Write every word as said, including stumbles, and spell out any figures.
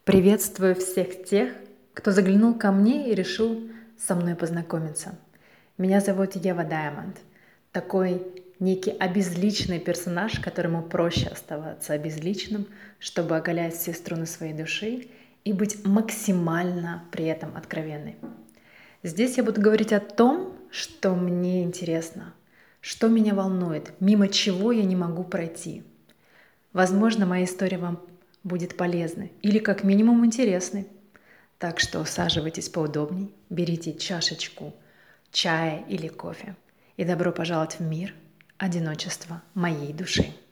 Приветствую всех тех, кто заглянул ко мне и решил со мной познакомиться. Меня зовут Ева Даймонд, такой некий обезличенный персонаж, которому проще оставаться обезличенным, чтобы оголять все струны своей души и быть максимально при этом откровенной. Здесь я буду говорить о том, что мне интересно, что меня волнует, мимо чего я не могу пройти. Возможно, моя история вам будет полезной или как минимум интересной. Так что усаживайтесь поудобней, берите чашечку чая или кофе и добро пожаловать в мир одиночества моей души.